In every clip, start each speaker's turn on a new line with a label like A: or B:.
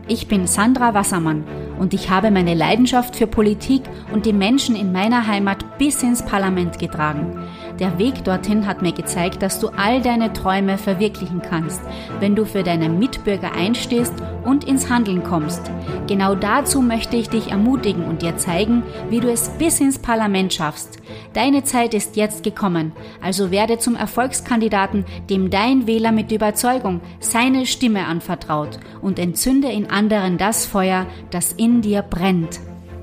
A: Ich bin Sandra Wassermann und ich habe meine Leidenschaft für Politik und die Menschen in meiner Heimat bis ins Parlament getragen. Der Weg dorthin hat mir gezeigt, dass du all deine Träume verwirklichen kannst, wenn du für deine Mitbürger einstehst und ins Handeln kommst. Genau dazu möchte ich dich ermutigen und dir zeigen, wie du es bis ins Parlament schaffst. Deine Zeit ist jetzt gekommen, also werde zum Erfolgskandidaten, dem dein Wähler mit Überzeugung seine Stimme anvertraut und entzünde in anderen das Feuer, das in dir brennt.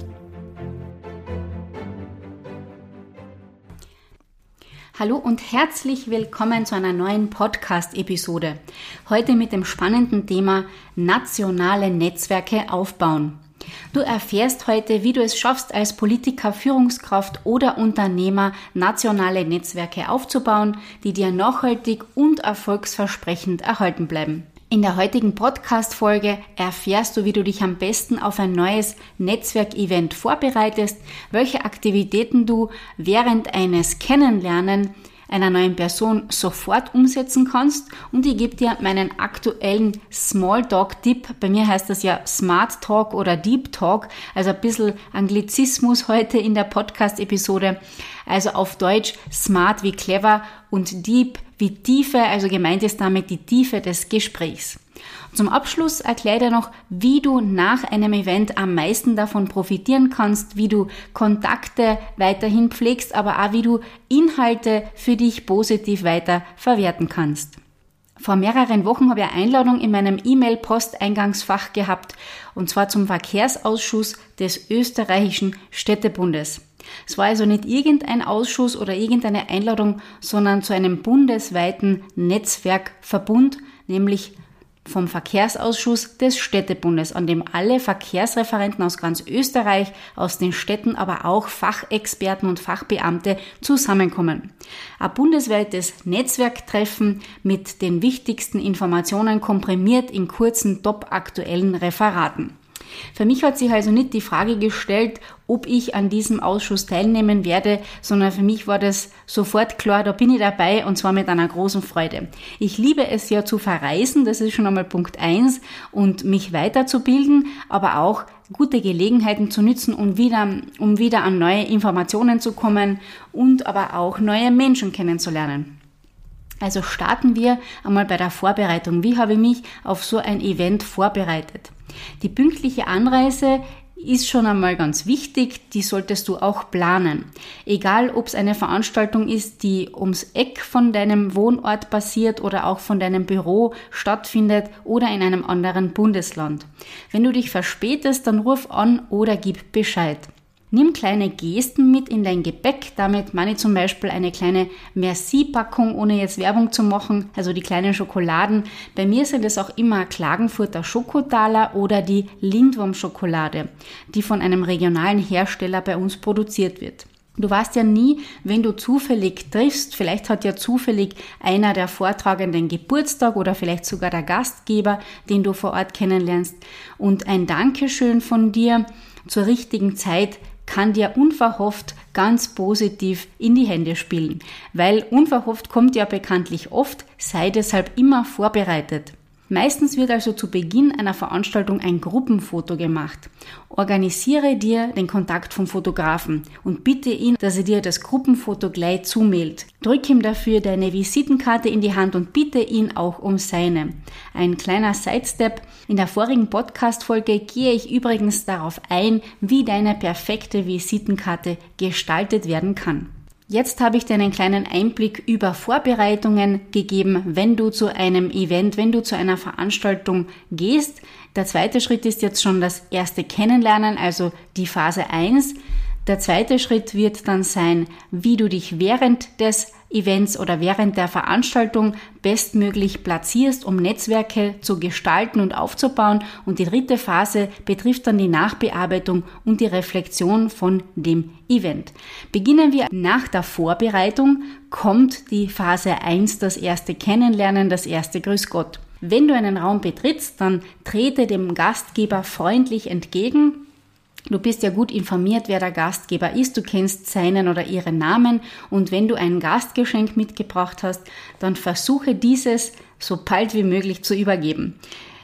A: Hallo und herzlich willkommen zu einer neuen Podcast-Episode. Heute mit dem spannenden Thema nationale Netzwerke aufbauen. Du erfährst heute, wie du es schaffst, als Politiker, Führungskraft oder Unternehmer nationale Netzwerke aufzubauen, die dir nachhaltig und erfolgsversprechend erhalten bleiben. In der heutigen Podcast-Folge erfährst du, wie du dich am besten auf ein neues Netzwerkevent vorbereitest, welche Aktivitäten du während eines Kennenlernen einer neuen Person sofort umsetzen kannst, und ich gebe dir meinen aktuellen Smalltalk-Tipp. Bei mir heißt das ja Smart Talk oder Deep Talk, also ein bisschen Anglizismus heute in der Podcast-Episode. Also auf Deutsch Smart wie clever und Deep wie Tiefe, also gemeint ist damit die Tiefe des Gesprächs. Zum Abschluss erkläre ich dir noch, wie du nach einem Event am meisten davon profitieren kannst, wie du Kontakte weiterhin pflegst, aber auch wie du Inhalte für dich positiv weiter verwerten kannst. Vor mehreren Wochen habe ich eine Einladung in meinem E-Mail-Posteingangsfach gehabt, und zwar zum Verkehrsausschuss des österreichischen Städtebundes. Es war also nicht irgendein Ausschuss oder irgendeine Einladung, sondern zu einem bundesweiten Netzwerkverbund, nämlich vom Verkehrsausschuss des Städtebundes, an dem alle Verkehrsreferenten aus ganz Österreich, aus den Städten, aber auch Fachexperten und Fachbeamte zusammenkommen. Ein bundesweites Netzwerktreffen mit den wichtigsten Informationen komprimiert in kurzen, topaktuellen Referaten. Für mich hat sich also nicht die Frage gestellt, ob ich an diesem Ausschuss teilnehmen werde, sondern für mich war das sofort klar, da bin ich dabei, und zwar mit einer großen Freude. Ich liebe es ja zu verreisen, das ist schon einmal Punkt 1, und mich weiterzubilden, aber auch gute Gelegenheiten zu nützen, um wieder an neue Informationen zu kommen und aber auch neue Menschen kennenzulernen. Also starten wir einmal bei der Vorbereitung. Wie habe ich mich auf so ein Event vorbereitet? Die pünktliche Anreise ist schon einmal ganz wichtig, die solltest du auch planen. Egal, ob es eine Veranstaltung ist, die ums Eck von deinem Wohnort passiert oder auch von deinem Büro stattfindet oder in einem anderen Bundesland. Wenn du dich verspätest, dann ruf an oder gib Bescheid. Nimm kleine Gesten mit in dein Gepäck, damit meine ich zum Beispiel eine kleine Merci-Packung, ohne jetzt Werbung zu machen, also die kleinen Schokoladen. Bei mir sind es auch immer Klagenfurter Schokotaler oder die Lindwurm-Schokolade, die von einem regionalen Hersteller bei uns produziert wird. Du weißt ja nie, wenn du zufällig triffst, vielleicht hat ja zufällig einer der Vortragenden Geburtstag oder vielleicht sogar der Gastgeber, den du vor Ort kennenlernst, und ein Dankeschön von dir zur richtigen Zeit kann dir unverhofft ganz positiv in die Hände spielen. Weil unverhofft kommt ja bekanntlich oft, sei deshalb immer vorbereitet. Meistens wird also zu Beginn einer Veranstaltung ein Gruppenfoto gemacht. Organisiere dir den Kontakt vom Fotografen und bitte ihn, dass er dir das Gruppenfoto gleich zumailt. Drück ihm dafür deine Visitenkarte in die Hand und bitte ihn auch um seine. Ein kleiner Sidestep: In der vorigen Podcast-Folge gehe ich übrigens darauf ein, wie deine perfekte Visitenkarte gestaltet werden kann. Jetzt habe ich dir einen kleinen Einblick über Vorbereitungen gegeben, wenn du zu einem Event, wenn du zu einer Veranstaltung gehst. Der zweite Schritt ist jetzt schon das erste Kennenlernen, also die Phase 1. Der zweite Schritt wird dann sein, wie du dich während des Events oder während der Veranstaltung bestmöglich platzierst, um Netzwerke zu gestalten und aufzubauen. Und die dritte Phase betrifft dann die Nachbearbeitung und die Reflexion von dem Event. Beginnen wir nach der Vorbereitung, kommt die Phase 1, das erste Kennenlernen, das erste Grüß Gott. Wenn du einen Raum betrittst, dann trete dem Gastgeber freundlich entgegen. Du bist ja gut informiert, wer der Gastgeber ist, du kennst seinen oder ihren Namen, und wenn du ein Gastgeschenk mitgebracht hast, dann versuche dieses so bald wie möglich zu übergeben.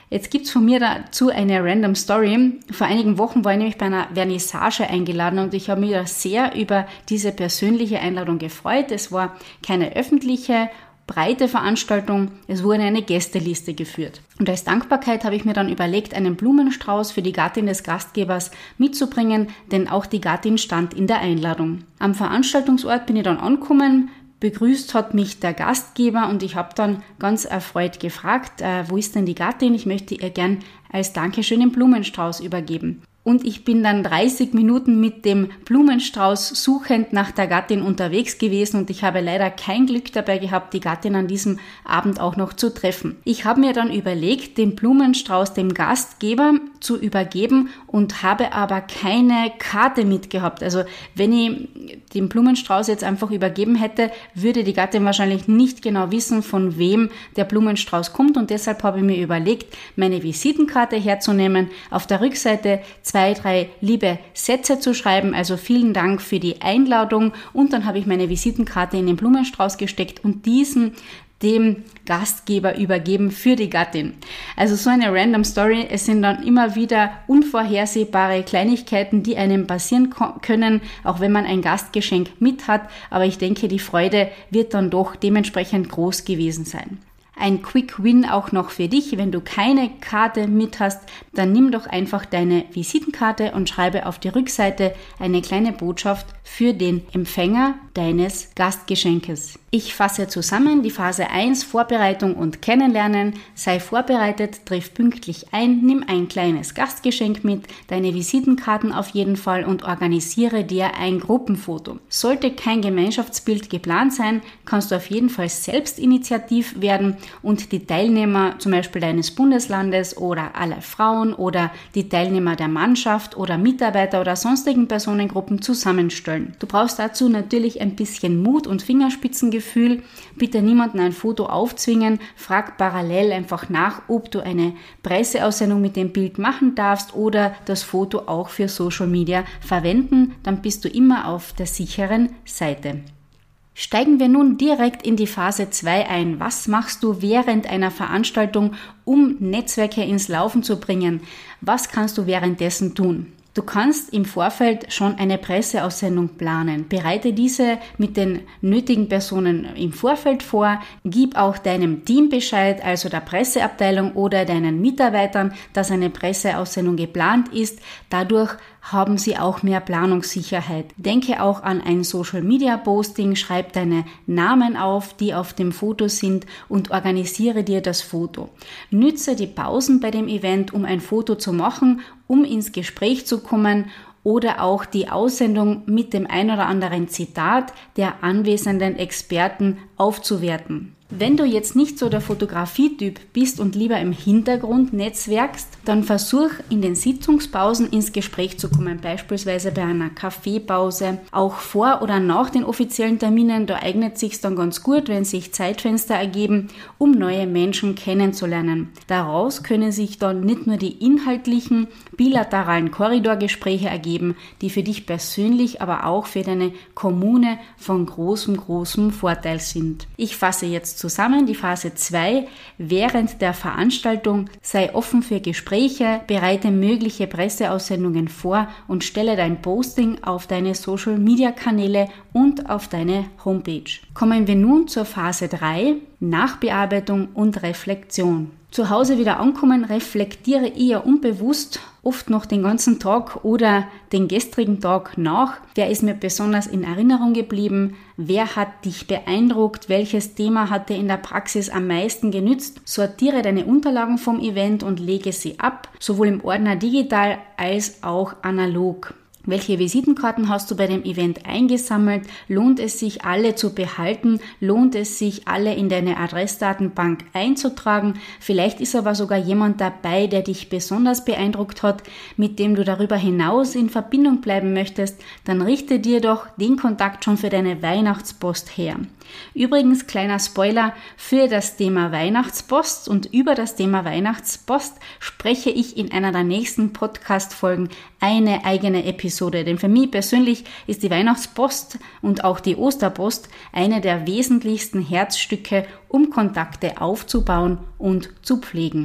A: Jetzt gibt's von mir dazu eine random Story. Vor einigen Wochen war ich nämlich bei einer Vernissage eingeladen und ich habe mich da sehr über diese persönliche Einladung gefreut. Es war keine öffentliche, breite Veranstaltung, es wurde eine Gästeliste geführt. Und als Dankbarkeit habe ich mir dann überlegt, einen Blumenstrauß für die Gattin des Gastgebers mitzubringen, denn auch die Gattin stand in der Einladung. Am Veranstaltungsort bin ich dann angekommen. Begrüßt hat mich der Gastgeber und ich habe dann ganz erfreut gefragt, wo ist denn die Gattin? Ich möchte ihr gern als Dankeschön den Blumenstrauß übergeben. Und ich bin dann 30 Minuten mit dem Blumenstrauß suchend nach der Gattin unterwegs gewesen und ich habe leider kein Glück dabei gehabt, die Gattin an diesem Abend auch noch zu treffen. Ich habe mir dann überlegt, den Blumenstrauß dem Gastgeber zu übergeben und habe aber keine Karte mitgehabt. Also wenn ich den Blumenstrauß jetzt einfach übergeben hätte, würde die Gattin wahrscheinlich nicht genau wissen, von wem der Blumenstrauß kommt und deshalb habe ich mir überlegt, meine Visitenkarte herzunehmen, auf der Rückseite 2, 3 liebe Sätze zu schreiben, also vielen Dank für die Einladung und dann habe ich meine Visitenkarte in den Blumenstrauß gesteckt und diesen dem Gastgeber übergeben für die Gattin. Also so eine random Story. Es sind dann immer wieder unvorhersehbare Kleinigkeiten, die einem passieren können, auch wenn man ein Gastgeschenk mit hat. Aber ich denke, die Freude wird dann doch dementsprechend groß gewesen sein. Ein Quick Win auch noch für dich. Wenn du keine Karte mit hast, dann nimm doch einfach deine Visitenkarte und schreibe auf die Rückseite eine kleine Botschaft für den Empfänger deines Gastgeschenkes. Ich fasse zusammen die Phase 1, Vorbereitung und Kennenlernen. Sei vorbereitet, triff pünktlich ein, nimm ein kleines Gastgeschenk mit, deine Visitenkarten auf jeden Fall und organisiere dir ein Gruppenfoto. Sollte kein Gemeinschaftsbild geplant sein, kannst du auf jeden Fall selbst initiativ werden und die Teilnehmer zum Beispiel deines Bundeslandes oder alle Frauen oder die Teilnehmer der Mannschaft oder Mitarbeiter oder sonstigen Personengruppen zusammenstellen. Du brauchst dazu natürlich ein bisschen Mut und Fingerspitzengefühl. Bitte niemanden ein Foto aufzwingen. Frag parallel einfach nach, ob du eine Presseaussendung mit dem Bild machen darfst oder das Foto auch für Social Media verwenden. Dann bist du immer auf der sicheren Seite. Steigen wir nun direkt in die Phase 2 ein. Was machst du während einer Veranstaltung, um Netzwerke ins Laufen zu bringen? Was kannst du währenddessen tun? Du kannst im Vorfeld schon eine Presseaussendung planen. Bereite diese mit den nötigen Personen im Vorfeld vor. Gib auch deinem Team Bescheid, also der Presseabteilung oder deinen Mitarbeitern, dass eine Presseaussendung geplant ist. Dadurch haben sie auch mehr Planungssicherheit. Denke auch an ein Social-Media-Posting, schreib deine Namen auf, die auf dem Foto sind und organisiere dir das Foto. Nütze die Pausen bei dem Event, um ein Foto zu machen, um ins Gespräch zu kommen oder auch die Aussendung mit dem ein oder anderen Zitat der anwesenden Experten aufzuwerten. Wenn du jetzt nicht so der Fotografietyp bist und lieber im Hintergrund netzwerkst, dann versuch in den Sitzungspausen ins Gespräch zu kommen, beispielsweise bei einer Kaffeepause, auch vor oder nach den offiziellen Terminen. Da eignet es sich dann ganz gut, wenn sich Zeitfenster ergeben, um neue Menschen kennenzulernen. Daraus können sich dann nicht nur die inhaltlichen, bilateralen Korridorgespräche ergeben, die für dich persönlich, aber auch für deine Kommune von großem Vorteil sind. Ich fasse jetzt zusammen die Phase 2. Während der Veranstaltung sei offen für Gespräche, bereite mögliche Presseaussendungen vor und stelle dein Posting auf deine Social-Media-Kanäle und auf deine Homepage. Kommen wir nun zur Phase 3, Nachbearbeitung und Reflexion. Zu Hause wieder ankommen, reflektiere eher unbewusst, oft noch den ganzen Tag oder den gestrigen Tag nach. Wer ist mir besonders in Erinnerung geblieben? Wer hat dich beeindruckt? Welches Thema hat dir in der Praxis am meisten genützt? Sortiere deine Unterlagen vom Event und lege sie ab, sowohl im Ordner digital als auch analog. Welche Visitenkarten hast du bei dem Event eingesammelt? Lohnt es sich, alle zu behalten? Lohnt es sich, alle in deine Adressdatenbank einzutragen? Vielleicht ist aber sogar jemand dabei, der dich besonders beeindruckt hat, mit dem du darüber hinaus in Verbindung bleiben möchtest. Dann richte dir doch den Kontakt schon für deine Weihnachtspost her. Übrigens, kleiner Spoiler für das Thema Weihnachtspost und über das Thema Weihnachtspost spreche ich in einer der nächsten Podcast-Folgen eine eigene Episode. Denn für mich persönlich ist die Weihnachtspost und auch die Osterpost eine der wesentlichsten Herzstücke, um Kontakte aufzubauen und zu pflegen.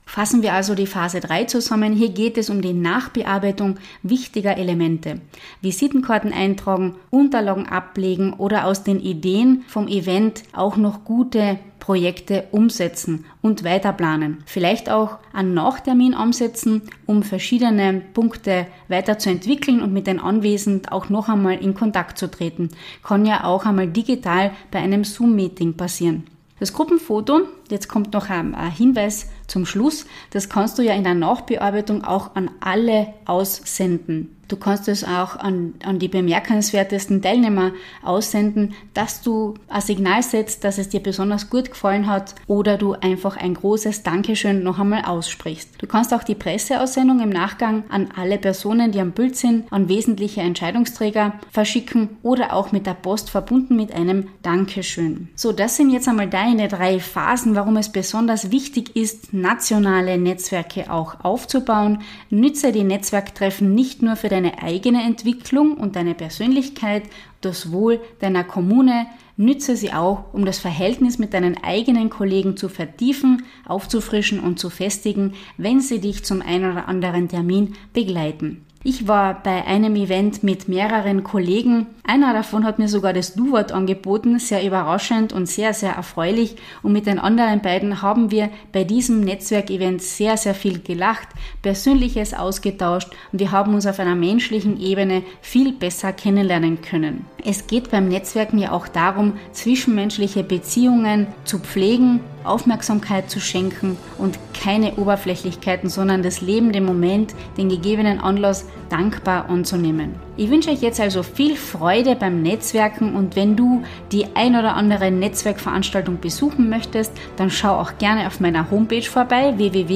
A: Fassen wir also die Phase 3 zusammen. Hier geht es um die Nachbearbeitung wichtiger Elemente. Visitenkarten eintragen, Unterlagen ablegen oder aus den Ideen vom Event auch noch gute Projekte umsetzen und weiterplanen. Vielleicht auch einen Nachtermin ansetzen, um verschiedene Punkte weiterzuentwickeln und mit den Anwesenden auch noch einmal in Kontakt zu treten. Kann ja auch einmal digital bei einem Zoom-Meeting passieren. Das Gruppenfoto, jetzt kommt noch ein Hinweis zum Schluss, das kannst du ja in der Nachbearbeitung auch an alle aussenden. Du kannst es auch an die bemerkenswertesten Teilnehmer aussenden, dass du ein Signal setzt, dass es dir besonders gut gefallen hat oder du einfach ein großes Dankeschön noch einmal aussprichst. Du kannst auch die Presseaussendung im Nachgang an alle Personen, die am Bild sind, an wesentliche Entscheidungsträger verschicken oder auch mit der Post verbunden mit einem Dankeschön. So, das sind jetzt einmal deine 3 Phasen, warum es besonders wichtig ist, nationale Netzwerke auch aufzubauen. Nütze die Netzwerktreffen nicht nur für deine eigene Entwicklung und deine Persönlichkeit, das Wohl deiner Kommune, nütze sie auch, um das Verhältnis mit deinen eigenen Kollegen zu vertiefen, aufzufrischen und zu festigen, wenn sie dich zum einen oder anderen Termin begleiten. Ich war bei einem Event mit mehreren Kollegen. Einer davon hat mir sogar das Du-Wort angeboten, sehr überraschend und sehr, sehr erfreulich. Und mit den anderen beiden haben wir bei diesem Netzwerkevent sehr, sehr viel gelacht, Persönliches ausgetauscht und wir haben uns auf einer menschlichen Ebene viel besser kennenlernen können. Es geht beim Netzwerken ja auch darum, zwischenmenschliche Beziehungen zu pflegen, Aufmerksamkeit zu schenken und keine Oberflächlichkeiten, sondern das Leben, den Moment, den gegebenen Anlass dankbar anzunehmen. Ich wünsche euch jetzt also viel Freude beim Netzwerken und wenn du die ein oder andere Netzwerkveranstaltung besuchen möchtest, dann schau auch gerne auf meiner Homepage vorbei,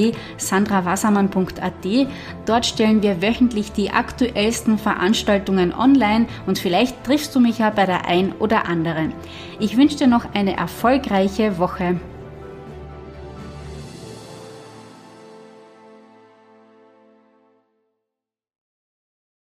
A: www.sandrawassermann.at. Dort stellen wir wöchentlich die aktuellsten Veranstaltungen online und vielleicht triffst du mich ja bei der ein oder anderen. Ich wünsche dir noch eine erfolgreiche Woche.